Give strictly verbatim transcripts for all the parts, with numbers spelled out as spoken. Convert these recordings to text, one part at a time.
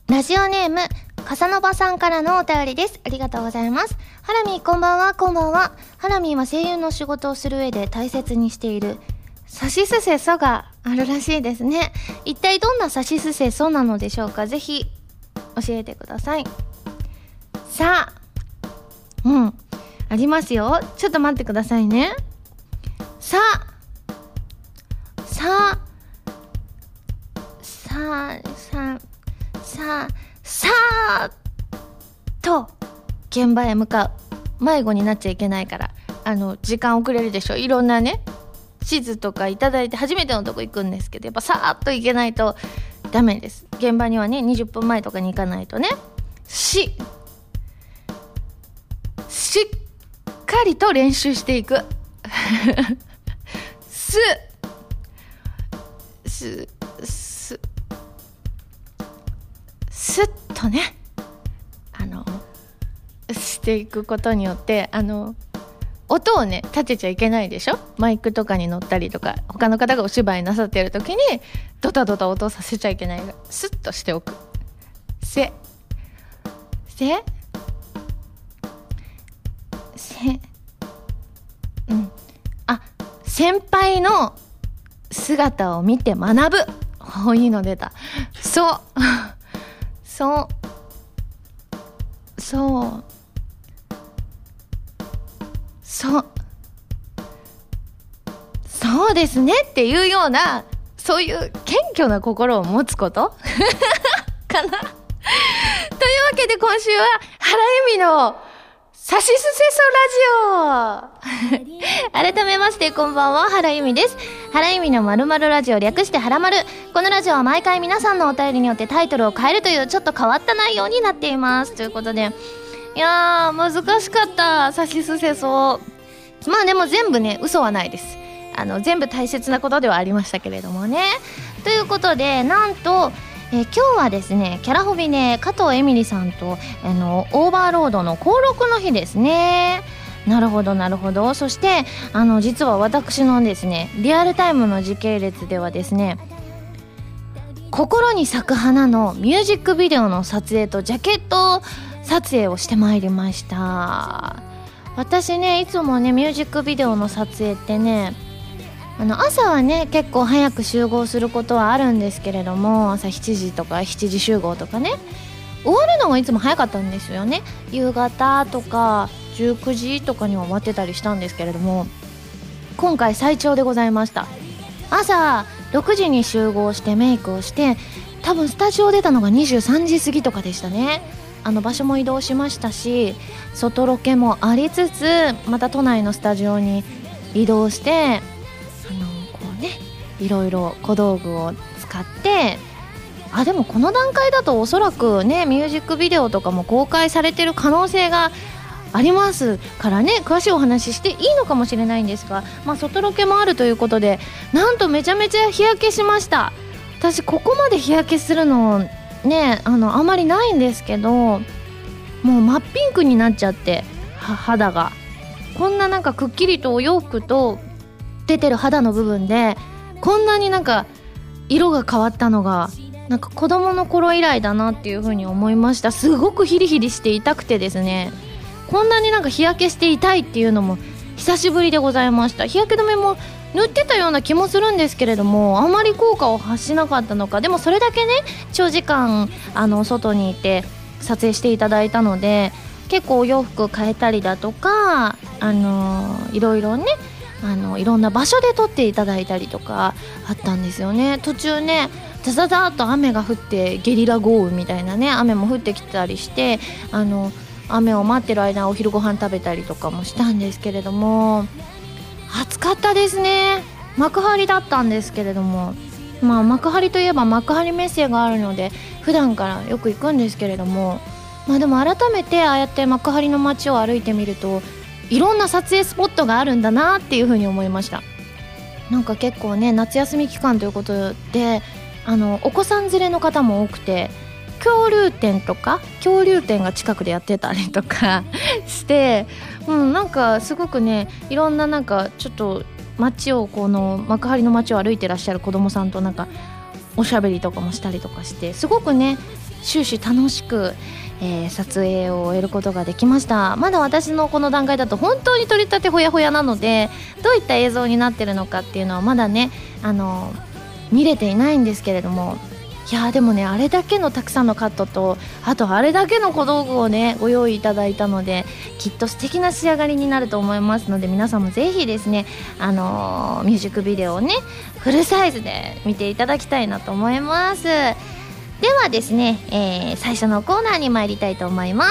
ラジオネームカサノバさんからのお便りです。ありがとうございます。ハラミーこんばんは。こんばんは。ハラミーは声優の仕事をする上で大切にしているさしすせそがあるらしいですね。一体どんなさしすせそなのでしょうか。ぜひ教えてください。さあ、うんありますよ。ちょっと待ってくださいね。さあさあさあさあさあさあと現場へ向かう。迷子になっちゃいけないから、あの時間遅れるでしょ。いろんなね地図とかいただいて初めてのとこ行くんですけど、やっぱさーっと行けないとダメです。現場にはねにじゅっぷんまえとかに行かないとね。ししっかりと練習していくすすすスッとねあのしていくことによって、あの音をね立てちゃいけないでしょ。マイクとかに乗ったりとか他の方がお芝居なさっている時にドタドタ音させちゃいけない。スッとしておく。せせせうんあ先輩の姿を見て学ぶ。おいいの出た。そうそうそうそうそうですねっていうような、そういう謙虚な心を持つことかなというわけで今週は原由美のさしすせそラジオ改めましてこんばんは、原由美です。原由美の〇〇ラジオ、略して原丸。このラジオは毎回皆さんのお便りによってタイトルを変えるというちょっと変わった内容になっています。ということで、いやー難しかった。さしすせそ、まあでも全部ね嘘はないです。あの全部大切なことではありましたけれどもね。ということで、なんとえー、今日はですねキャラホビで加藤エミリさんとあのオーバーロードの登録の日ですね。なるほどなるほど。そしてあの実は私のですねリアルタイムの時系列ではですね、心に咲く花のミュージックビデオの撮影とジャケット撮影をしてまいりました。私ねいつもねミュージックビデオの撮影ってね、あの朝はね結構早く集合することはあるんですけれども、朝しちじとかしちじ集合とかね、終わるのがいつも早かったんですよね。夕方とかじゅうくじとかには終わってたりしたんですけれども、今回最長でございました。朝ろくじに集合してメイクをして、多分スタジオ出たのがにじゅうさんじ過ぎとかでしたね。あの場所も移動しましたし、外ロケもありつつ、また都内のスタジオに移動して、あのこうねいろいろ小道具を使って、あでもこの段階だとおそらくねミュージックビデオとかも公開されてる可能性がありますからね、詳しいお話ししていいのかもしれないんですが、まあ外ロケもあるということで、なんとめちゃめちゃ日焼けしました。私ここまで日焼けするのねあのあまりないんですけど、もう真っピンクになっちゃって、は肌がこんななんかくっきりとお洋服と出てる肌の部分でこんなになんか色が変わったのがなんか子供の頃以来だなっていう風に思いました。すごくヒリヒリして痛くてですね、こんなになんか日焼けして痛いっていうのも久しぶりでございました。日焼け止めも塗ってたような気もするんですけれども、あまり効果を発しなかったのか、でもそれだけね長時間あの外にいて撮影していただいたので、結構お洋服変えたりだとか、あのー、いろいろねあのいろんな場所で撮っていただいたりとかあったんですよね。途中ねザザザーっと雨が降ってゲリラ豪雨みたいなね雨も降ってきたりして、あの雨を待ってる間お昼ご飯食べたりとかもしたんですけれども、暑かったですね。幕張だったんですけれども、まあ幕張といえば幕張メッセがあるので普段からよく行くんですけれども、まあでも改めてああやって幕張の街を歩いてみるといろんな撮影スポットがあるんだなっていう風に思いました。なんか結構ね夏休み期間ということで、あのお子さん連れの方も多くて、恐竜展とか恐竜展が近くでやってたりとかして、うん、なんかすごくねいろんななんかちょっと街をこの幕張の街を歩いてらっしゃる子供さんとなんかおしゃべりとかもしたりとかして、すごくね終始楽しく、えー、撮影を終えることができました。まだ私のこの段階だと本当に撮りたてほやほやなので、どういった映像になってるのかっていうのはまだねあの見れていないんですけれども、いやでもねあれだけのたくさんのカットと、あとあれだけの小道具をねご用意いただいたので、きっと素敵な仕上がりになると思いますので、皆さんもぜひですねあのー、ミュージックビデオをねフルサイズで見ていただきたいなと思います。ではですね、えー、最初のコーナーに参りたいと思います。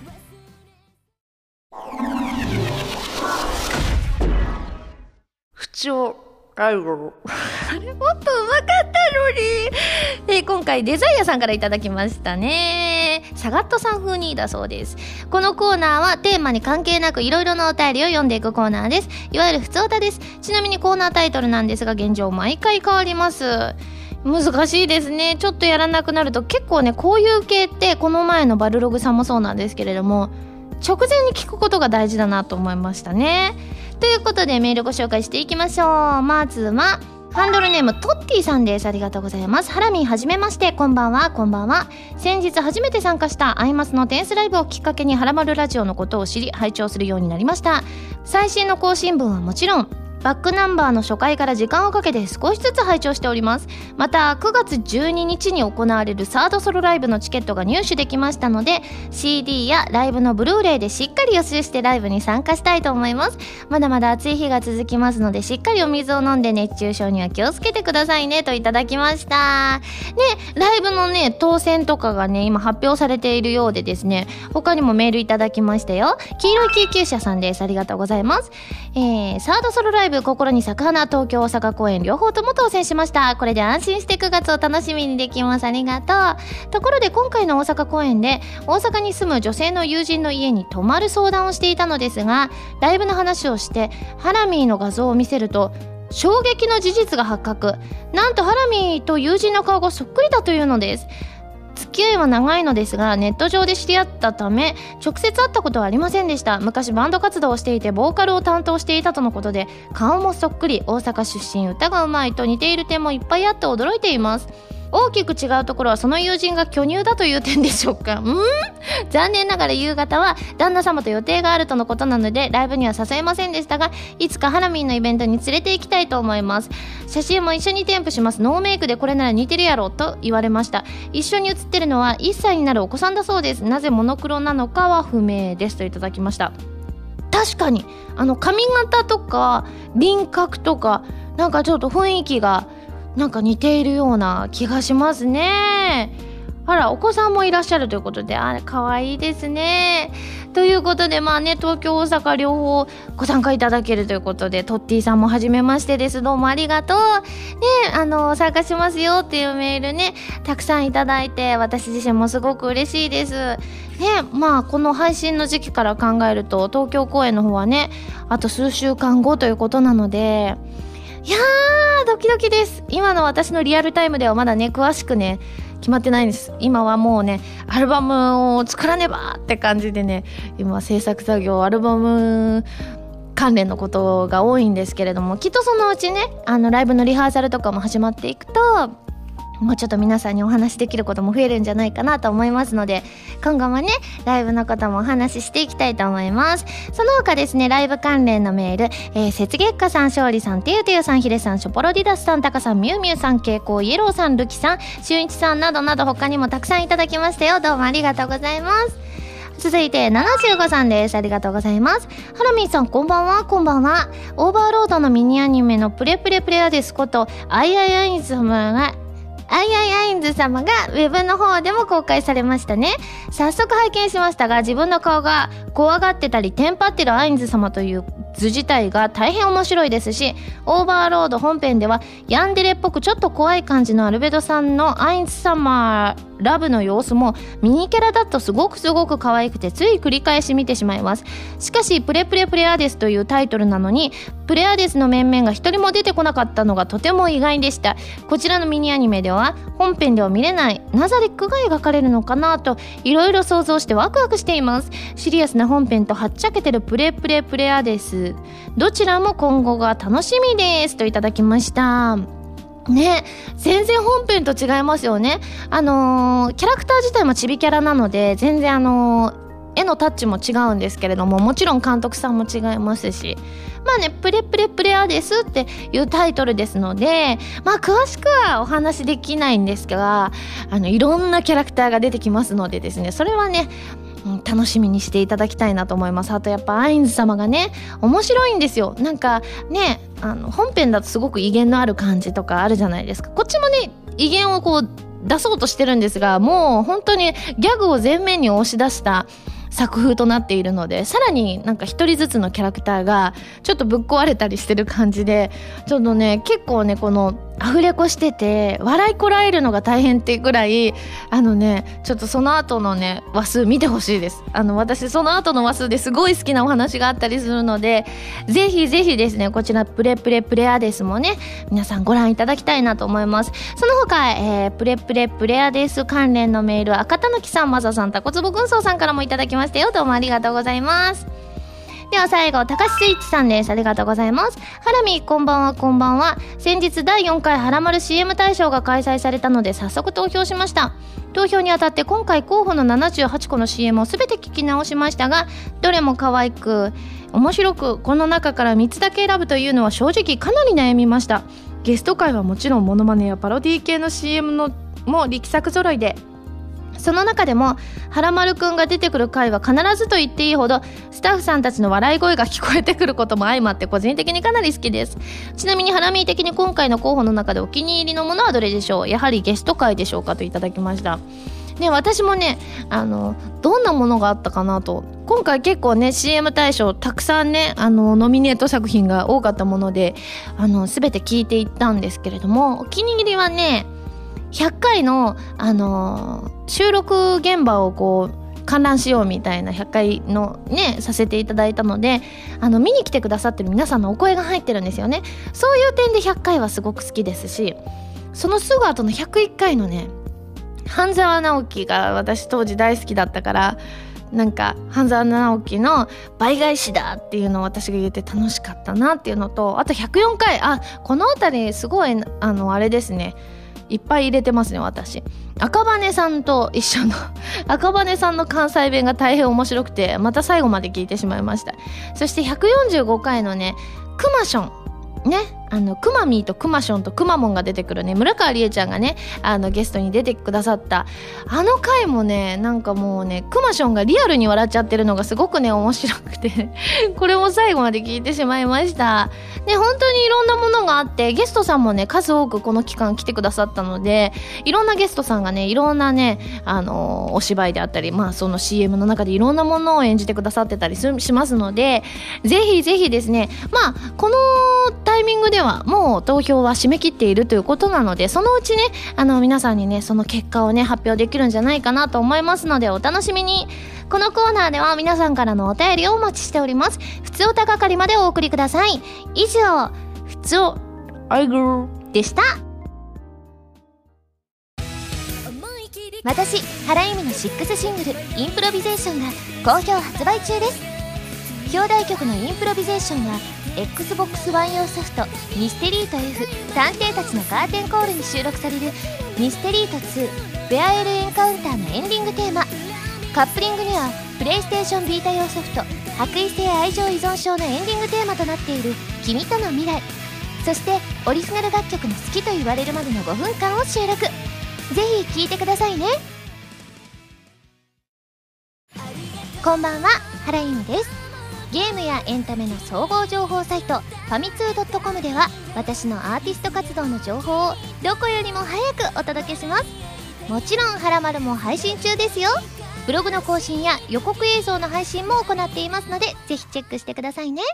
不調あれもっとうまかったのに、えー、今回デザイアさんからいただきましたね。サガットさん風にだそうです。このコーナーはテーマに関係なくいろいろなお便りを読んでいくコーナーです。いわゆるふつおたです。ちなみにコーナータイトルなんですが、現状毎回変わります。難しいですね。ちょっとやらなくなると結構ね、こういう系ってこの前のバルログさんもそうなんですけれども、直前に聞くことが大事だなと思いましたね。ということでメールご紹介していきましょう。まずはハンドルネームトッティさんです。ありがとうございます。ハラミンはじめまして、こんばんは。こんばんは。先日初めて参加したアイマスのテンスライブをきっかけにハラマルラジオのことを知り拝聴するようになりました。最新の更新分はもちろんバックナンバーの初回から時間をかけて少しずつ拝聴しております。またくがつじゅうににちに行われるサードソロライブのチケットが入手できましたので、 シーディー やライブのブルーレイでしっかり予習してライブに参加したいと思います。まだまだ暑い日が続きますので、しっかりお水を飲んで熱中症には気をつけてくださいねといただきましたね。ライブのね当選とかがね今発表されているようでですね、他にもメールいただきましたよ。黄色い救急車さんです。ありがとうございます。えー、サードソロライブ心に咲く花、東京大阪公演両方とも当選しました。これで安心してくがつを楽しみにできます。ありがとう。ところで今回の大阪公演で大阪に住む女性の友人の家に泊まる相談をしていたのですが、ライブの話をしてハラミーの画像を見せると衝撃の事実が発覚。なんとハラミーと友人の顔がそっくりだというのです。付き合いは長いのですが、ネット上で知り合ったため直接会ったことはありませんでした。昔バンド活動をしていてボーカルを担当していたとのことで、顔もそっくり、大阪出身、歌がうまいと似ている点もいっぱいあって驚いています。大きく違うところはその友人が巨乳だという点でしょうか。うん残念ながら夕方は旦那様と予定があるとのことなのでライブには誘えませんでしたが、いつかハラミンのイベントに連れて行きたいと思います。写真も一緒に添付します。ノーメイクでこれなら似てるやろと言われました。一緒に写ってるのはいっさいになるお子さんだそうです。なぜモノクロなのかは不明ですといただきました。確かにあの髪型とか輪郭とかなんかちょっと雰囲気がなんか似ているような気がしますね。あら、お子さんもいらっしゃるということで、あれ可愛いですね。ということでまあね、東京大阪両方ご参加いただけるということで、トッティさんも初めましてです。どうもありがとうね。あの参加しますよっていうメールねたくさんいただいて、私自身もすごく嬉しいですね。まあこの配信の時期から考えると東京公演の方はねあと数週間後ということなので、いやードキドキです。今の私のリアルタイムではまだね詳しくね決まってないんです。今はもうねアルバムを作らねばって感じでね、今制作作業アルバム関連のことが多いんですけれども、きっとそのうちねあのライブのリハーサルとかも始まっていくともうちょっと皆さんにお話しできることも増えるんじゃないかなと思いますので、今後もねライブのこともお話ししていきたいと思います。その他ですね、ライブ関連のメール、えー、雪月花さん、勝利さん、てゆてゆさん、ひでさん、ショポロディダスさん、タカさん、ミュウミュウさん、蛍光イエローさん、ルキさん、しゅんいちさんなどなど他にもたくさんいただきましたよ。どうもありがとうございます。続いてななじゅうごさんです。ありがとうございます。ハラミーさんこんばんは。こんばんは。オーバーロードのミニアニメのプレプレプレアデスことアイアイアインズ様がアイアイアインズ様がウェブの方でも公開されましたね。早速拝見しましたが、自分の顔が怖がってたりテンパってるアインズ様という図自体が大変面白いですし、オーバーロード本編ではヤンデレっぽくちょっと怖い感じのアルベドさんのアインズ様ラブの様子もミニキャラだとすごくすごく可愛くてつい繰り返し見てしまいます。しかしプレプレプレアデスというタイトルなのにプレアデスの面々が一人も出てこなかったのがとても意外でした。こちらのミニアニメでは本編では見れないナザリックが描かれるのかなといろいろ想像してワクワクしています。シリアスな本編とはっちゃけてるプレプレプレアデスどちらも今後が楽しみですといただきました。 ね、全然本編と違いますよね。あのー、キャラクター自体もちびキャラなので全然あのー絵のタッチも違うんですけれども、もちろん監督さんも違いますし、まあね、プレプレプレアですっていうタイトルですので、まあ詳しくはお話できないんですが、あのいろんなキャラクターが出てきますのでですね、それはね、うん、楽しみにしていただきたいなと思います。あとやっぱアインズ様がね面白いんですよ。なんかね、あの本編だとすごく威厳のある感じとかあるじゃないですか。こっちもね威厳をこう出そうとしてるんですが、もう本当にギャグを前面に押し出した作風となっているので、さらになんか一人ずつのキャラクターがちょっとぶっ壊れたりしてる感じで、ちょっとね結構ねこのアフレコしてて笑いこらえるのが大変っていうぐらい、あのねちょっとその後のね話数見てほしいです。あの私その後の話数ですごい好きなお話があったりするので、ぜひぜひですねこちらプレプレプレアデスもね皆さんご覧いただきたいなと思います。その他、えー、プレプレプレアデス関連のメール、赤たぬきさん、まささん、たこつぼ軍曹さんからもいただきましたよ。どうもありがとうございます。では最後、高橋スイッチさんです。ありがとうございます。ハラミこんばんは。こんばんは。先日だいよんかいハラマル シーエム 大賞が開催されたので早速投票しました。投票にあたって今回候補のななじゅうはちこの シーエム を全て聞き直しましたが、どれも可愛く面白く、この中からみっつだけ選ぶというのは正直かなり悩みました。ゲスト回はもちろんモノマネやパロディ系の シーエム のも力作揃いで、その中でもはらまるくんが出てくる回は必ずと言っていいほどスタッフさんたちの笑い声が聞こえてくることも相まって個人的にかなり好きです。ちなみにハラミー的に今回の候補の中でお気に入りのものはどれでしょう。やはりゲスト回でしょうか、といただきました。ね、私もねあのどんなものがあったかなと、今回結構ね シーエム 大賞たくさんねあのノミネート作品が多かったもので、あの全て聞いていったんですけれども、お気に入りはねひゃっかいの、あのー、収録現場をこう観覧しようみたいなひゃっかいのねさせていただいたので、あの見に来てくださってる皆さんのお声が入ってるんですよね。そういう点でひゃっかいはすごく好きですし、そのすぐ後のひゃくいっかいのね半沢直樹が私当時大好きだったから、なんか半沢直樹の倍返しだっていうのを私が言って楽しかったなっていうのと、あとひゃくよんかい、あこのあたりすごいあのあれですね、いっぱい入れてますね。私赤羽さんと一緒の赤羽さんの関西弁が大変面白くて、また最後まで聞いてしまいました。そしてひゃくよんじゅうごかいのねクマションね、あのクマミーとクマションとクマモンが出てくるね村川理恵ちゃんがねあのゲストに出てくださったあの回もね、なんかもうねクマションがリアルに笑っちゃってるのがすごくね面白くてこれも最後まで聞いてしまいましたね。本当にいろんなものがあって、ゲストさんもね数多くこの期間来てくださったので、いろんなゲストさんがねいろんなねあのお芝居であったり、まあその シーエム の中でいろんなものを演じてくださってたりしますので、ぜひぜひですね、まあこのタイミングではもう投票は締め切っているということなので、そのうちねあの皆さんにねその結果をね発表できるんじゃないかなと思いますので、お楽しみに。このコーナーでは皆さんからのお便りをお待ちしております。ふつおた係までお送りください。以上、ふつおアイグルでした。私原由美のシックスシングルインプロビゼーションが好評発売中です。表題曲のインプロビゼーションは エックスボックスワン 用ソフトミステリート F 探偵たちのカーテンコールに収録されるミステリートツーベアエルエンカウンターのエンディングテーマ。カップリングにはプレイステーションビータ用ソフト白衣性愛情依存症のエンディングテーマとなっている君との未来、そしてオリジナル楽曲の好きと言われるまでのごふんかんを収録。ぜひ聴いてくださいね。こんばんは、原由美です。ゲームやエンタメの総合情報サイトファミツー .com では私のアーティスト活動の情報をどこよりも早くお届けします。もちろんはらまるも配信中ですよ。ブログの更新や予告映像の配信も行っていますので、ぜひチェックしてくださいね。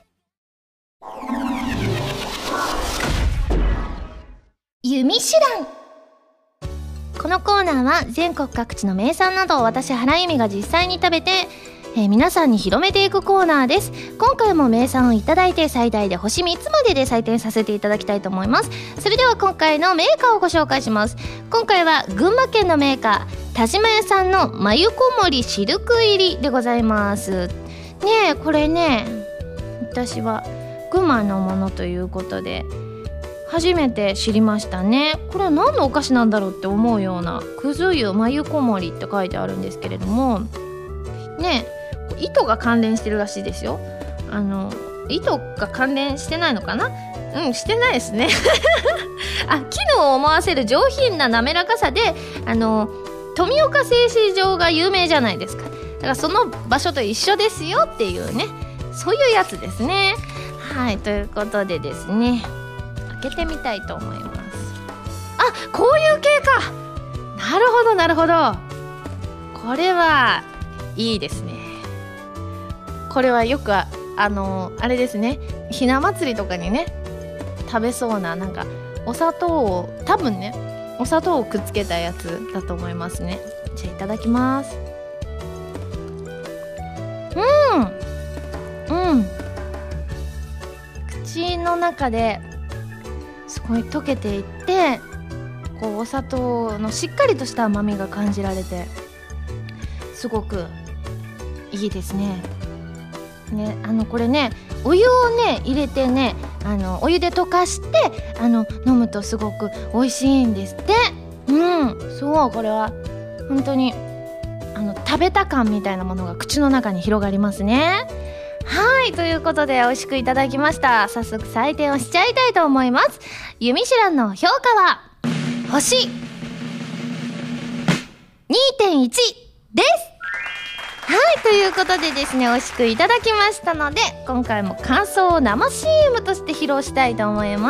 弓手段。このコーナーは全国各地の名産などを私原由美が実際に食べて、えー、皆さんに広めていくコーナーです。今回も名産をいただいて最大で星みっつまでで採点させていただきたいと思います。それでは今回のメーカーをご紹介します。今回は群馬県のメーカー田島屋さんの眉こもりシルク入りでございますね。えこれね私は群馬のものということで、 初めて知りましたね。これは何のお菓子なんだろうって思うような、くず湯まゆこもりって書いてあるんですけれどもね、糸が関連してるらしいですよ。あの糸が関連してないのかな。うん、してないですねあ、機能を思わせる上品な滑らかさで、あの富岡製糸場が有名じゃないですか。だからその場所と一緒ですよっていうね、そういうやつですね。はい、ということでですね、開けてみたいと思います。あ、こういう系か。なるほどなるほど、これはいいですね。これはよく あ, あのあれですね、ひな祭りとかにね食べそうな、なんかお砂糖を多分ねお砂糖をくっつけたやつだと思いますね。じゃあいただきます。うんうん口の中ですごい溶けていって、こうお砂糖のしっかりとした甘みが感じられて、すごくいいですね。ね、あのこれね、お湯をね入れてね、あのお湯で溶かしてあの飲むとすごく美味しいんですって。うん、そう、これは本当にあの食べた感みたいなものが口の中に広がりますね。はい、ということで美味しくいただきました。早速採点をしちゃいたいと思います。ユミシュランの評価は星 にてんいち です。はい、ということでですね、美味しくいただきましたので、今回も感想を生 シーエム として披露したいと思います。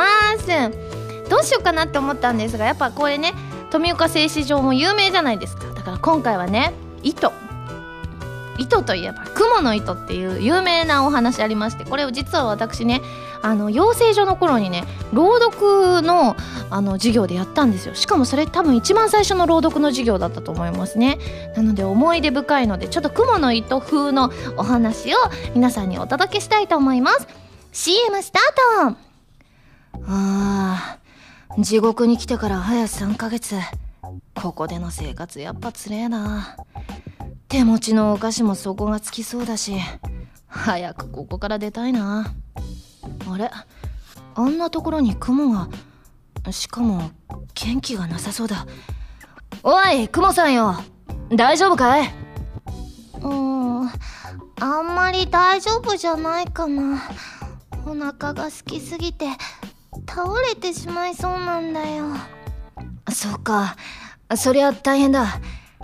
どうしようかなって思ったんですが、やっぱこれね、富岡製糸場も有名じゃないですか。だから今回はね、糸糸といえば雲の糸っていう有名なお話ありまして、これを実は私ね、あの養成所の頃にね、朗読のあの授業でやったんですよ。しかもそれ多分一番最初の朗読の授業だったと思いますね。なので思い出深いので、ちょっと雲の糸風のお話を皆さんにお届けしたいと思います。 シーエム スタート。あー、地獄に来てから早さんかげつ、ここでの生活やっぱつれえな。手持ちのお菓子も底がつきそうだし、早くここから出たいな。あれ、あんなところに雲が、しかも元気がなさそうだ。おい雲さんよ、大丈夫かい？うーん、あんまり大丈夫じゃないかな。お腹が空きすぎて倒れてしまいそうなんだよ。そうか、そりゃ大変だ。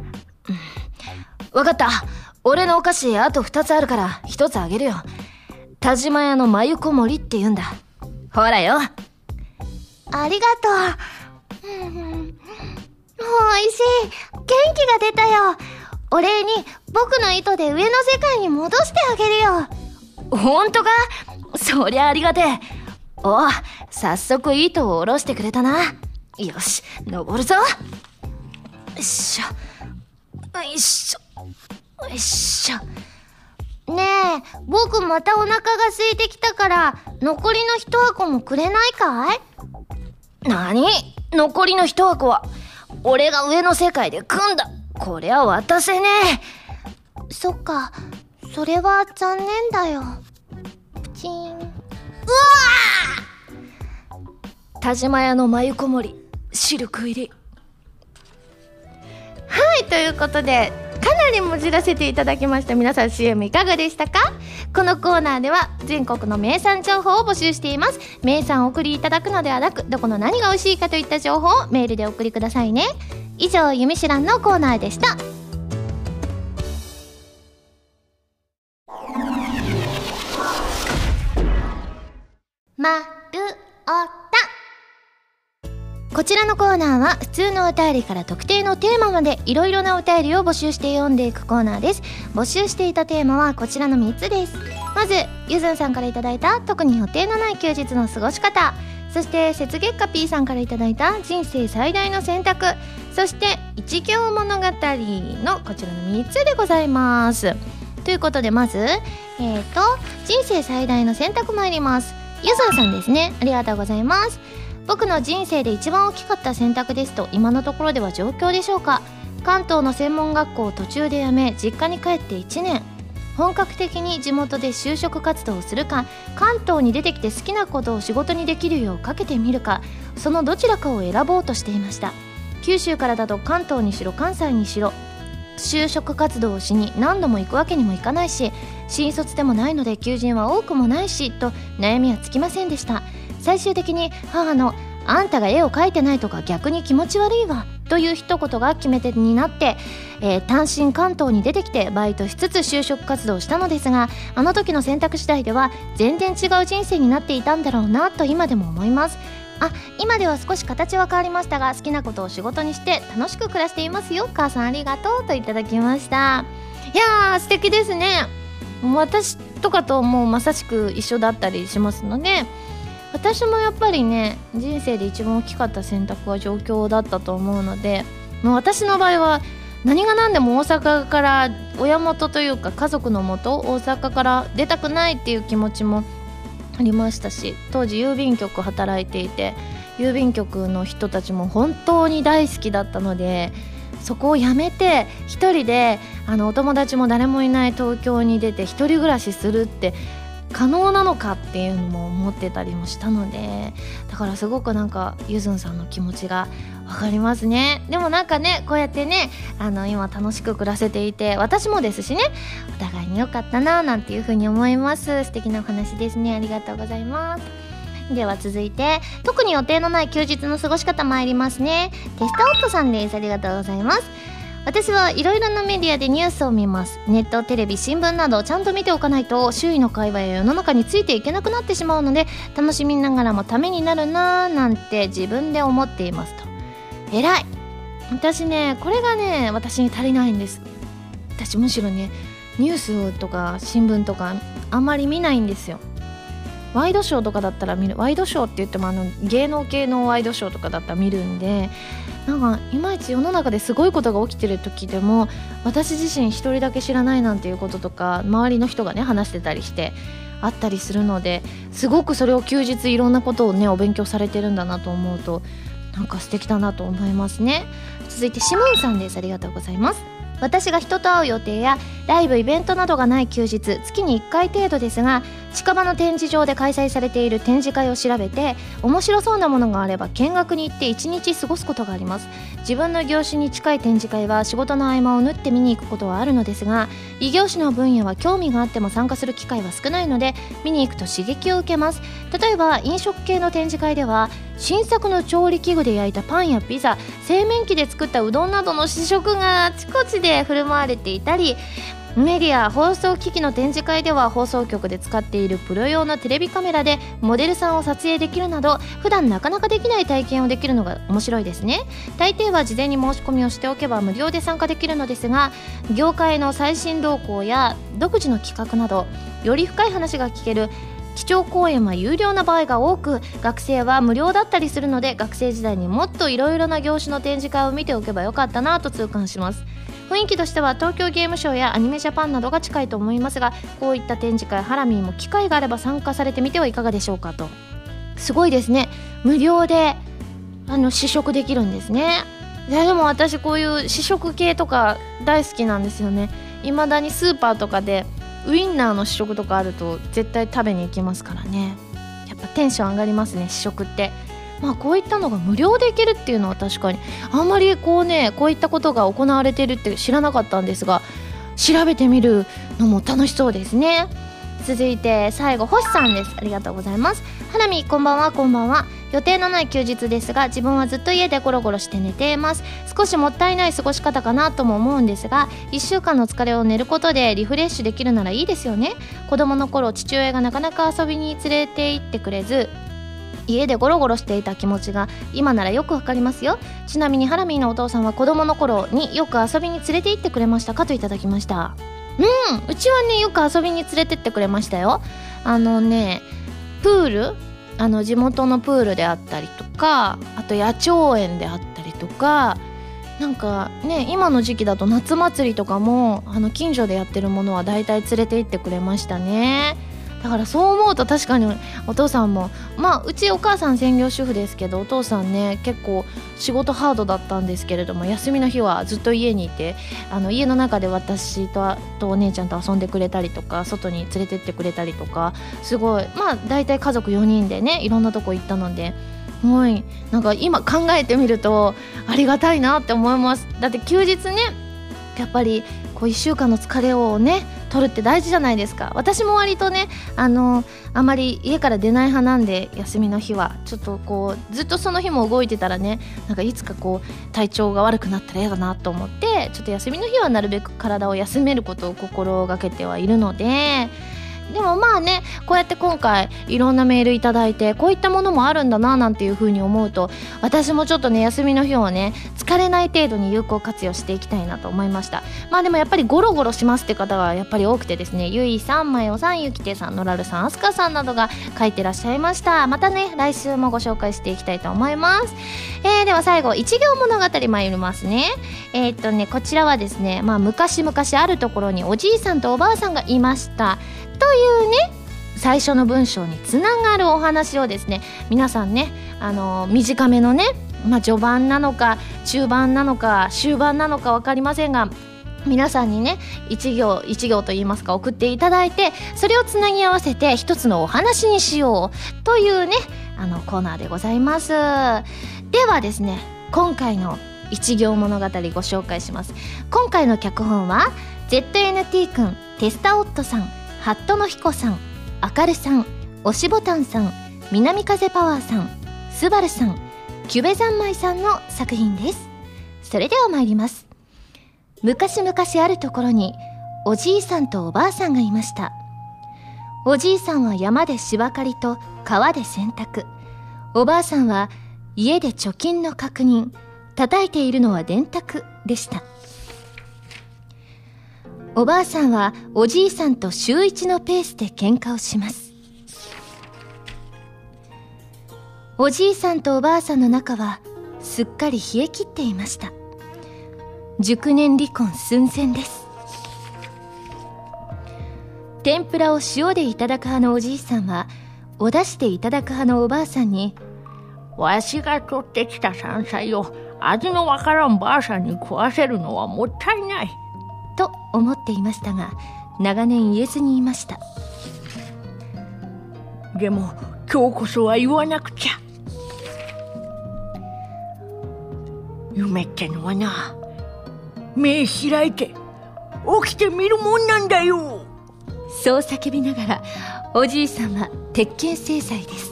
わかった、俺のお菓子あとふたつあるからひとつあげるよ。田島屋のまゆこもりって言うんだ。ほらよ。ありがとう。うん、おいしい。元気が出たよ。お礼に僕の糸で上の世界に戻してあげるよ。ほんとか？そりゃありがてえ。お、早速糸を下ろしてくれたな。よし、登るぞ。よいしょよいしょよいしょ。ねえ、僕またお腹が空いてきたから残りの一箱もくれないかい？なに？残りの一箱は俺が上の世界で組んだ。こりゃ渡せねえ。そっか、それは残念だよ。プチン。うわー！田島屋のまゆこもり、シルク入り。はい、ということでかなりもじらせていただきました。皆さん シーエム いかがでしたか？このコーナーでは全国の名産情報を募集しています。名産をお送りいただくのではなく、どこの何が美味しいかといった情報をメールでお送りくださいね。以上、ゆみしらんのコーナーでした。まるおた。こちらのコーナーは普通のお便りから特定のテーマまでいろいろなお便りを募集して読んでいくコーナーです。募集していたテーマはこちらのみっつです。まずゆずんさんからいただいた特に予定のない休日の過ごし方、そして雪月花 P さんからいただいた人生最大の選択、そして一行物語のこちらのみっつでございます。ということでまずえーと人生最大の選択参ります。ゆずんさんですね、ありがとうございます。僕の人生で一番大きかった選択ですと、今のところでは状況でしょうか。関東の専門学校を途中で辞め実家に帰っていちねん、 本格的に地元で就職活動をするか、関東に出てきて好きなことを仕事にできるようかけてみるか、そのどちらかを選ぼうとしていました。九州からだと関東にしろ関西にしろ就職活動をしに何度も行くわけにもいかないし、新卒でもないので求人は多くもないしと悩みはつきませんでした。最終的に母のあんたが絵を描いてないとか逆に気持ち悪いわという一言が決め手になって、えー、単身関東に出てきてバイトしつつ就職活動をしたのですが、あの時の選択次第では全然違う人生になっていたんだろうなと今でも思います。あ、今では少し形は変わりましたが、好きなことを仕事にして楽しく暮らしていますよ。母さんありがとうといただきました。いやー素敵ですね。私とかともうまさしく一緒だったりしますので、私もやっぱりね、人生で一番大きかった選択は上京だったと思うので、もう私の場合は何が何でも大阪から親元というか家族の元大阪から出たくないっていう気持ちもありましたし、当時郵便局働いていて郵便局の人たちも本当に大好きだったので、そこを辞めて一人であのお友達も誰もいない東京に出て一人暮らしするって可能なのかっていうのも思ってたりもしたので、だからすごくなんかゆずんさんの気持ちがわかりますね。でもなんかね、こうやってね、あの今楽しく暮らせていて、私もですしね、お互いに良かったななんていう風に思います。素敵なお話ですね。ありがとうございます。では続いて、特に予定のない休日の過ごし方参りますね。テスタオットさんです。ありがとうございます。私はいろいろなメディアでニュースを見ます。ネット、テレビ、新聞などちゃんと見ておかないと周囲の会話や世の中についていけなくなってしまうので、楽しみながらもためになるなーなんて自分で思っていますと。偉い。私ね、これがね私に足りないんです。私むしろね、ニュースとか新聞とかあんまり見ないんですよ。ワイドショーとかだったら見る。ワイドショーって言ってもあの芸能系のワイドショーとかだったら見るんで、なんかいまいち世の中ですごいことが起きてる時でも私自身一人だけ知らないなんていうこととか、周りの人がね話してたりしてあったりするので、すごくそれを休日いろんなことをねお勉強されてるんだなと思うと、なんか素敵だなと思いますね。続いてシモンさんです。ありがとうございます。私が人と会う予定やライブイベントなどがない休日、月にいっかい程度ですが、近場の展示場で開催されている展示会を調べて、面白そうなものがあれば見学に行っていちにち過ごすことがあります。自分の業種に近い展示会は仕事の合間を縫って見に行くことはあるのですが、異業種の分野は興味があっても参加する機会は少ないので、見に行くと刺激を受けます。例えば飲食系の展示会では新作の調理器具で焼いたパンやピザ、製麺機で作ったうどんなどの試食があちこちで振る舞われていたり、メディア放送機器の展示会では放送局で使っているプロ用のテレビカメラでモデルさんを撮影できるなど、普段なかなかできない体験をできるのが面白いですね。大抵は事前に申し込みをしておけば無料で参加できるのですが、業界の最新動向や独自の企画などより深い話が聞ける基調講演は有料な場合が多く、学生は無料だったりするので、学生時代にもっといろいろな業種の展示会を見ておけばよかったなと痛感します。雰囲気としては東京ゲームショウやアニメジャパンなどが近いと思いますが、こういった展示会、ハラミーも機会があれば参加されてみてはいかがでしょうかと。すごいですね。無料であの試食できるんですね。いやでも私こういう試食系とか大好きなんですよね。未だにスーパーとかでウインナーの試食とかあると絶対食べに行きますからね。やっぱテンション上がりますね、試食って。まあこういったのが無料で行けるっていうのは確かにあんまりこうね、こういったことが行われてるって知らなかったんですが、調べてみるのも楽しそうですね。続いて最後、星さんです。ありがとうございます。はなみこんばんは。こんばんは。予定のない休日ですが、自分はずっと家でゴロゴロして寝ています。少しもったいない過ごし方かなとも思うんですが、いっしゅうかんの疲れを寝ることでリフレッシュできるならいいですよね。子供の頃、父親がなかなか遊びに連れて行ってくれず、家でゴロゴロしていた気持ちが今ならよくわかりますよ。ちなみにハラミーのお父さんは子供の頃によく遊びに連れて行ってくれましたかといただきました。うん、うちはねよく遊びに連れてってくれましたよ。あのね、プール、あの地元のプールであったりとか、あと野鳥園であったりとか、なんかね今の時期だと夏祭りとかもあの近所でやってるものは大体連れて行ってくれましたね。 だからそう思うと確かにお父さんも、まあうちお母さん専業主婦ですけど、お父さんね結構仕事ハードだったんですけれども、休みの日はずっと家にいて、あの家の中で私 と, とお姉ちゃんと遊んでくれたりとか、外に連れてってくれたりとか、すごいまあ大体家族よにんでねいろんなとこ行ったので、すごいなんか今考えてみるとありがたいなって思います。だって休日ねやっぱりこういっしゅうかんの疲れをね取るって大事じゃないですか。私も割とねあのあまり家から出ない派なんで、休みの日はちょっとこうずっとその日も動いてたらね、なんかいつかこう体調が悪くなったら嫌だなと思って、ちょっと休みの日はなるべく体を休めることを心がけてはいるので、でもまあねこうやって今回いろんなメールいただいて、こういったものもあるんだななんていう風に思うと、私もちょっとね休みの日をね疲れない程度に有効活用していきたいなと思いました。まあでもやっぱりゴロゴロしますって方がやっぱり多くてですね、ゆいさん、まよさん、ゆきてさん、のらるさん、あすかさんなどが書いてらっしゃいました。またね来週もご紹介していきたいと思います。えー、では最後一行物語参りますね。えー、っとねこちらはですね、まあ昔々あるところにおじいさんとおばあさんがいましたというね最初の文章につながるお話をですね、皆さんねあのー、短めのね、まあ、序盤なのか中盤なのか終盤なのか分かりませんが、皆さんにね一行一行といいますか送っていただいて、それをつなぎ合わせて一つのお話にしようというねあのコーナーでございます。ではですね、今回の一行物語ご紹介します。今回の脚本は ゼットエヌティー くん、テスタオットさん、ハットの彦さん、あかるさん、押しボタンさん、南風パワーさん、スバルさん、キュベザンマイさんの作品です。それでは参ります。昔々あるところにおじいさんとおばあさんがいました。おじいさんは山で芝刈りと川で洗濯、おばあさんは家で貯金の確認、叩いているのは電卓でした。おばあさんはおじいさんと週一のペースで喧嘩をします。おじいさんとおばあさんの仲はすっかり冷え切っていました。熟年離婚寸前です。天ぷらを塩でいただく派のおじいさんはお出汁でいただく派のおばあさんに、 わしが取ってきた山菜を味のわからんばあさんに食わせるのはもったいないと思っていましたが、長年言えずにいました。 でも今日こそは言わなくちゃ。夢ってのはな、目開いて起きてみるもんなんだよ。 そう叫びながらおじいさんは鉄拳制裁です。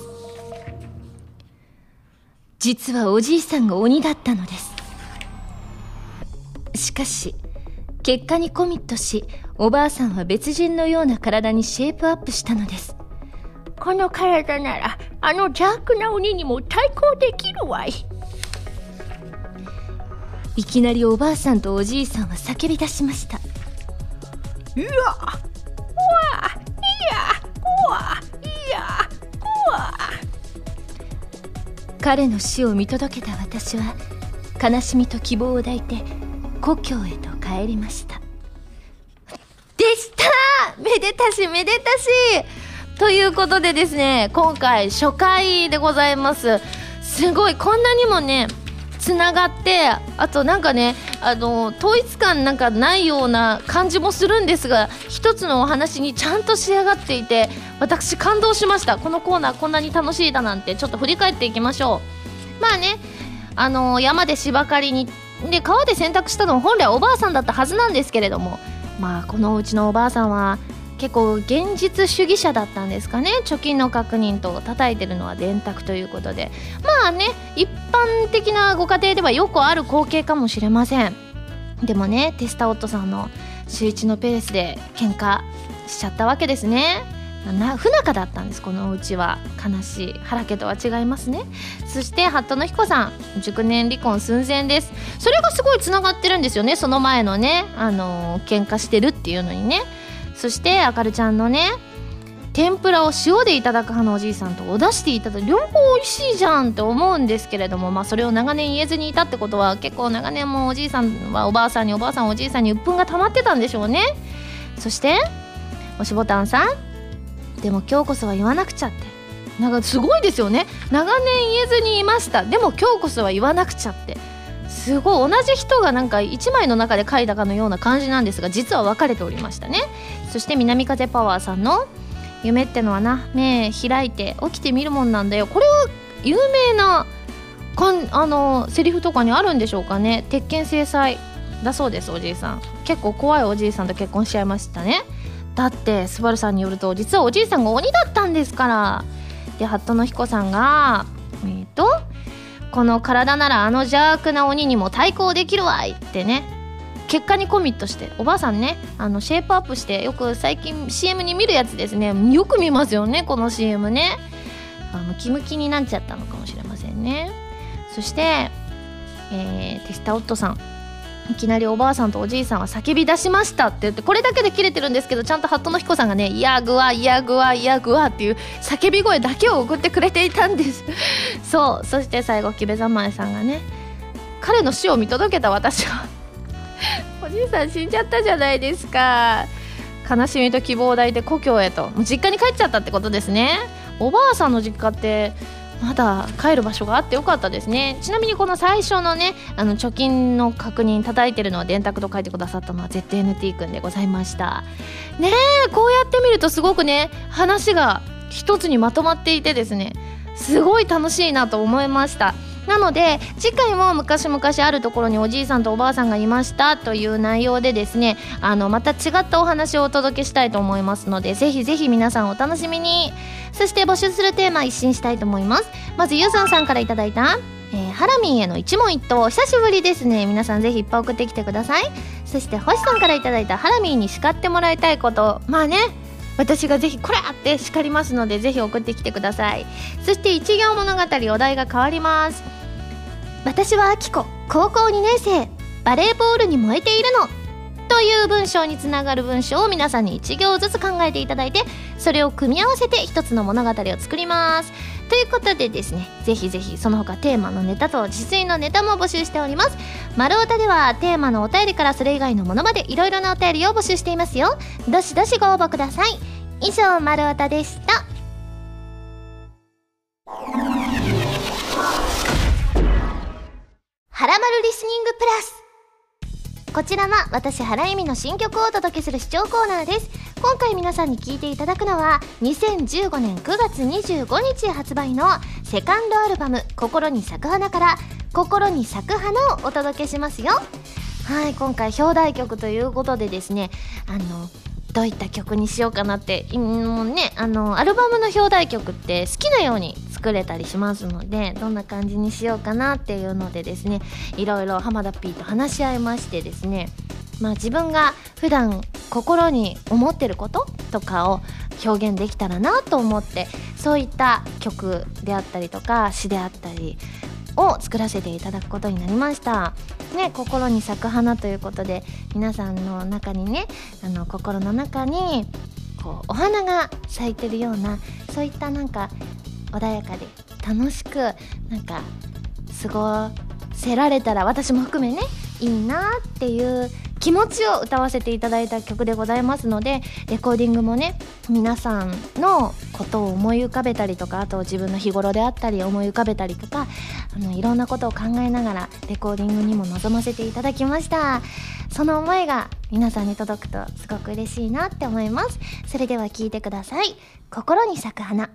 実はおじいさんが鬼だったのです。しかし結果にコミットし、おばあさんは別人のような体にシェイプアップしたのです。 この体ならあの邪悪な鬼にも対抗できるわい。 いきなりおばあさんとおじいさんは叫び出しました。 いや、うわ、いや、うわ、いや、うわ。 彼の死を見届けた私は悲しみと希望を抱いて故郷へと帰りましたでした。めでたしめでたしということでですね、今回初回でございます。すごいこんなにもねつながって、あとなんかねあの統一感なんかないような感じもするんですが、一つのお話にちゃんと仕上がっていて私感動しました。このコーナーこんなに楽しいだなんて。ちょっと振り返っていきましょう。まあねあの山で芝刈りにで川で洗濯したのは本来おばあさんだったはずなんですけれども、まあこのうちのおばあさんは結構現実主義者だったんですかね。貯金の確認と叩いてるのは電卓ということで、まあね一般的なご家庭ではよくある光景かもしれません。でもねテスタオットさんの週一のペースで喧嘩しちゃったわけですね。な不仲だったんです、このお家は。悲しい。原家とは違いますね。そしてハットの彦さん、熟年離婚寸前です。それがすごいつながってるんですよね、その前のねあのー、喧嘩してるっていうのにね。そしてあかるちゃんのね天ぷらを塩でいただく派のおじいさんとお出していただく、両方美味しいじゃんって思うんですけれども、まあそれを長年言えずにいたってことは、結構長年もおじいさんはおばあさんに、おばあさんはおじいさんに鬱憤が溜まってたんでしょうね。そしておしぼたんさん、 でも今日こそは言わなくちゃって、なんかすごいですよね。長年言えずにいました、でも今日こそは言わなくちゃって、すごい同じ人がなんか一枚の中で書いたかのような感じなんですが、実は分かれておりましたね。そして南風パワーさんの夢ってのはな、目開いて起きてみるもんなんだよ。これは有名なかんあのセリフとかにあるんでしょうかね。鉄拳制裁だそうです。おじいさん結構怖いおじいさんと結婚しちゃいましたね。だってスバルさんによると実はおじいさんが鬼だったんですから。でハットの彦さんがえーとこの体ならあの邪悪な鬼にも対抗できるわいってね、結果にコミットして、おばあさんね、あのシェイプアップしてよく最近 シーエム に見るやつですね。よく見ますよねこの シーエム ね。ムキムキになっちゃったのかもしれませんね。そして、えー、テスタオットさん、いきなりおばあさんとおじいさんは叫び出しましたって言って、これだけで切れてるんですけど、ちゃんとハットの彦さんがね、いやぐわいやぐわいやぐわっていう叫び声だけを送ってくれていたんですそう。そして最後木部三昧さんがね、彼の死を見届けた私はおじいさん死んじゃったじゃないですか。悲しみと希望を抱いて故郷へと、もう実家に帰っちゃったってことですね。おばあさんの実家ってまだ帰る場所があってよかったですね。ちなみにこの最初のね、あの貯金の確認叩いてるのは電卓と書いてくださったのは ゼットエヌティー 君でございましたね。えこうやって見るとすごくね、話が一つにまとまっていてですね、すごい楽しいなと思いました。なので次回も昔々あるところにおじいさんとおばあさんがいましたという内容でですね、あのまた違ったお話をお届けしたいと思いますので、ぜひぜひ皆さんお楽しみに。そして募集するテーマ一新したいと思います。まずゆうさんさんからいただいた、えー、ハラミンへの一問一答、久しぶりですね。皆さんぜひいっぱい送ってきてください。そして星さんからいただいたハラミンに叱ってもらいたいこと、まあね、私がぜひこれって叱りますので、ぜひ送ってきてください。そして一行物語、お題が変わります。私はアキコ、高校にねん生、バレーボールに燃えているのという文章につながる文章を皆さんにいち行ずつ考えていただいて、それを組み合わせて一つの物語を作ります。ということでですね、ぜひぜひその他テーマのネタと自炊のネタも募集しております。丸おたではテーマのお便りからそれ以外のものまでいろいろなお便りを募集していますよ。どしどしご応募ください。以上、丸おたでした。はらまるリスニングプラス。こちらは私原由美の新曲をお届けする視聴コーナーです。今回皆さんに聴いていただくのはにせんじゅうごねんくがつにじゅうごにち発売のセカンドアルバム心に咲く花から心に咲く花をお届けしますよ。はい、今回表題曲ということでですね、あのどういった曲にしようかなって、もうね、あのアルバムの表題曲って好きなように作れたりしますので、どんな感じにしようかなっていうのでですね、いろいろ浜田 P と話し合いましてですね、まあ自分が普段心に思ってることとかを表現できたらなと思って、そういった曲であったりとか詩であったりを作らせていただくことになりましたね。心に咲く花ということで、皆さんの中にね、あの心の中にこうお花が咲いてるような、そういったなんか穏やかで楽しくなんか過ごせられたら、私も含めね、いいなっていう気持ちを歌わせていただいた曲でございますので、レコーディングもね、皆さんのことを思い浮かべたりとか、あと自分の日頃であったり思い浮かべたりとか、あのいろんなことを考えながらレコーディングにも臨ませていただきました。その思いが皆さんに届くとすごく嬉しいなって思います。それでは聴いてください。心に咲く花。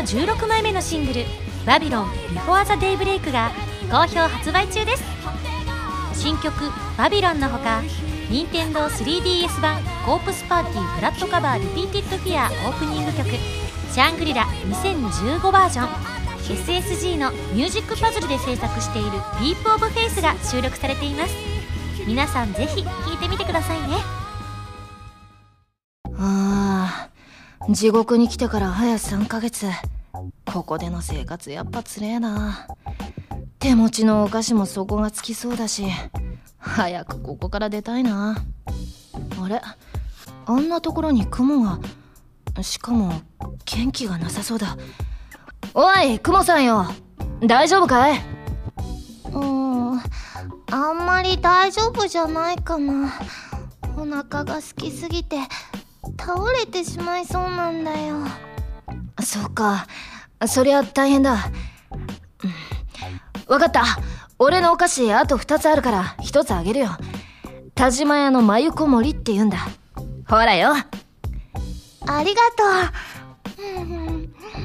じゅうろくまいめのシングル「バビロン Before the Daybreak」が好評発売中です。新曲「バビロン」のほか、任天堂 スリーディーエス 版コープスパーティーフラットカバーリピーティッドフィアオープニング曲シャングリラにせんじゅうごバージョン、 エスエスジー のミュージックパズルで制作しているディープオブフェイスが収録されています。皆さんぜひ聴いてみてくださいね。 あー、地獄に来てから早さんかげつ。ここでの生活やっぱつれえな。手持ちのお菓子も底がつきそうだし、早くここから出たいな。あれ、あんなところに雲が、しかも元気がなさそうだ。おい、雲さんよ、大丈夫かい？ うーん、あんまり大丈夫じゃないかな。お腹が空きすぎて倒れてしまいそうなんだよ。 そっか、そりゃ大変だ。わかった、俺のお菓子あとふたつあるからひとつあげるよ。田島屋のまゆこもりって言うんだ。ほらよ。 ありがとう。うん、おいしい。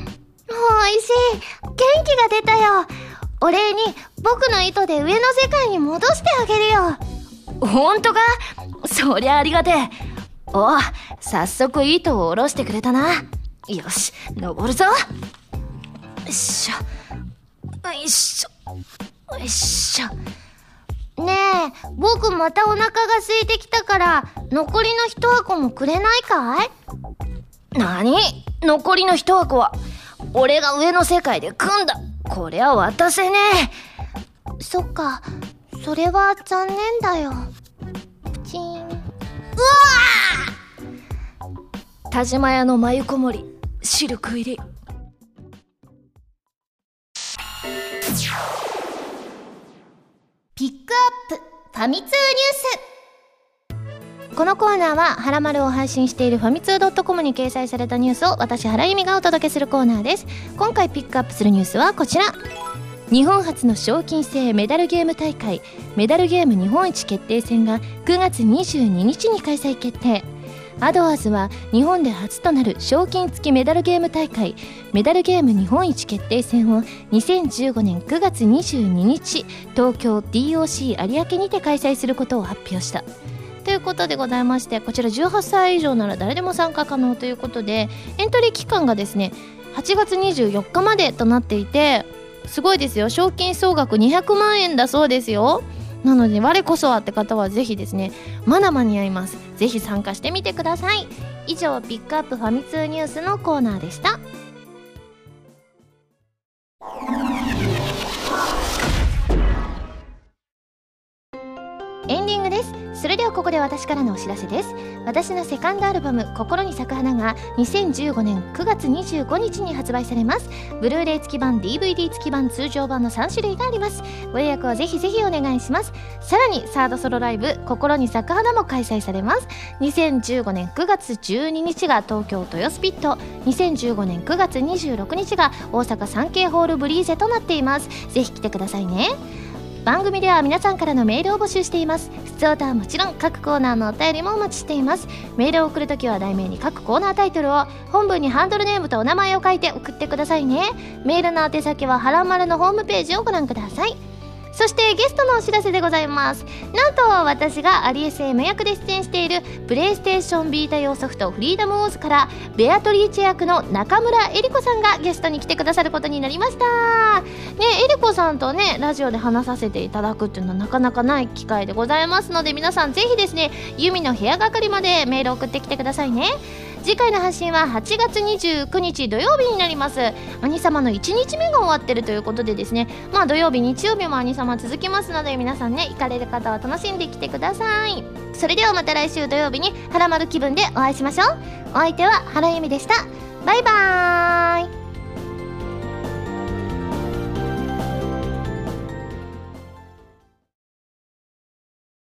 元気が出たよ。お礼に僕の糸で上の世界に戻してあげるよ。 ほんとか？そりゃありがてえ。お、早速糸を下ろしてくれたな。よし、登るぞ。よいしょ、よいしょ、よいしょ。 ねえ、僕またお腹が空いてきたから残りの一箱もくれないかい？ なに？残りの一箱は俺が上の世界で組んだ。こりゃ渡せねえ。そっか、それは残念だよ。プチン。うわー！田島屋のまゆこもりシルク入り。 ピックアップファミ通ニュース。このコーナーははらまるを配信しているファミツー .com に掲載されたニュースを私原由美がお届けするコーナーです。今回ピックアップするニュースはこちら。日本初の賞金制メダルゲーム大会メダルゲーム日本一決定戦がくがつにじゅうににちに開催決定。アドワーズは日本で初となる賞金付きメダルゲーム大会メダルゲーム日本一決定戦をにせんじゅうごねんくがつにじゅうににち東京 ディーオーシー 有明にて開催することを発表したということでございまして、こちらじゅうはっさい以上なら誰でも参加可能ということで、エントリー期間がですねはちがつにじゅうよっかまでとなっていて、すごいですよ。賞金総額にひゃくまんえんだそうですよ。なので我こそはって方はぜひですね、まだ間に合います。ぜひ参加してみてください。以上、ピックアップファミ通ニュースのコーナーでした。エンディングです。それではここで私からのお知らせです。私のセカンドアルバム心に咲く花がにせんじゅうごねんくがつにじゅうごにちに発売されます。ブルーレイ付き版、 ディーブイディー 付き版、通常版のさんしゅるいがあります。ご予約をぜひぜひお願いします。さらにサードソロライブ心に咲く花も開催されます。にせんじゅうごねんくがつじゅうににちが東京豊洲ピット、にせんじゅうごねんくがつにじゅうろくにちが大阪サンケイホールブリーゼとなっています。ぜひ来てくださいね。番組では皆さんからのメールを募集しています。普通歌はもちろん各コーナーのお便りもお待ちしています。メールを送るときは題名に各コーナータイトルを、本文にハンドルネームとお名前を書いて送ってくださいね。メールの宛先ははらまるのホームページをご覧ください。そしてゲストのお知らせでございます。なんと私がアリエス M 役で出演しているプレイステーションビータ用ソフトフリーダムウォーズからベアトリーチェ役の中村えり子さんがゲストに来てくださることになりましたね。えり子さんとねラジオで話させていただくっていうのはなかなかない機会でございますので、皆さんぜひですね、ユミの部屋係までメールを送ってきてくださいね。次回の発信ははちがつにじゅうくにち土曜日になります。兄様のいちにちめが終わってるということでですね、まあ土曜日日曜日も兄様続きますので、皆さんね行かれる方は楽しんできてください。それではまた来週土曜日にはらまる気分でお会いしましょう。お相手は原由美でした。バイバーイ。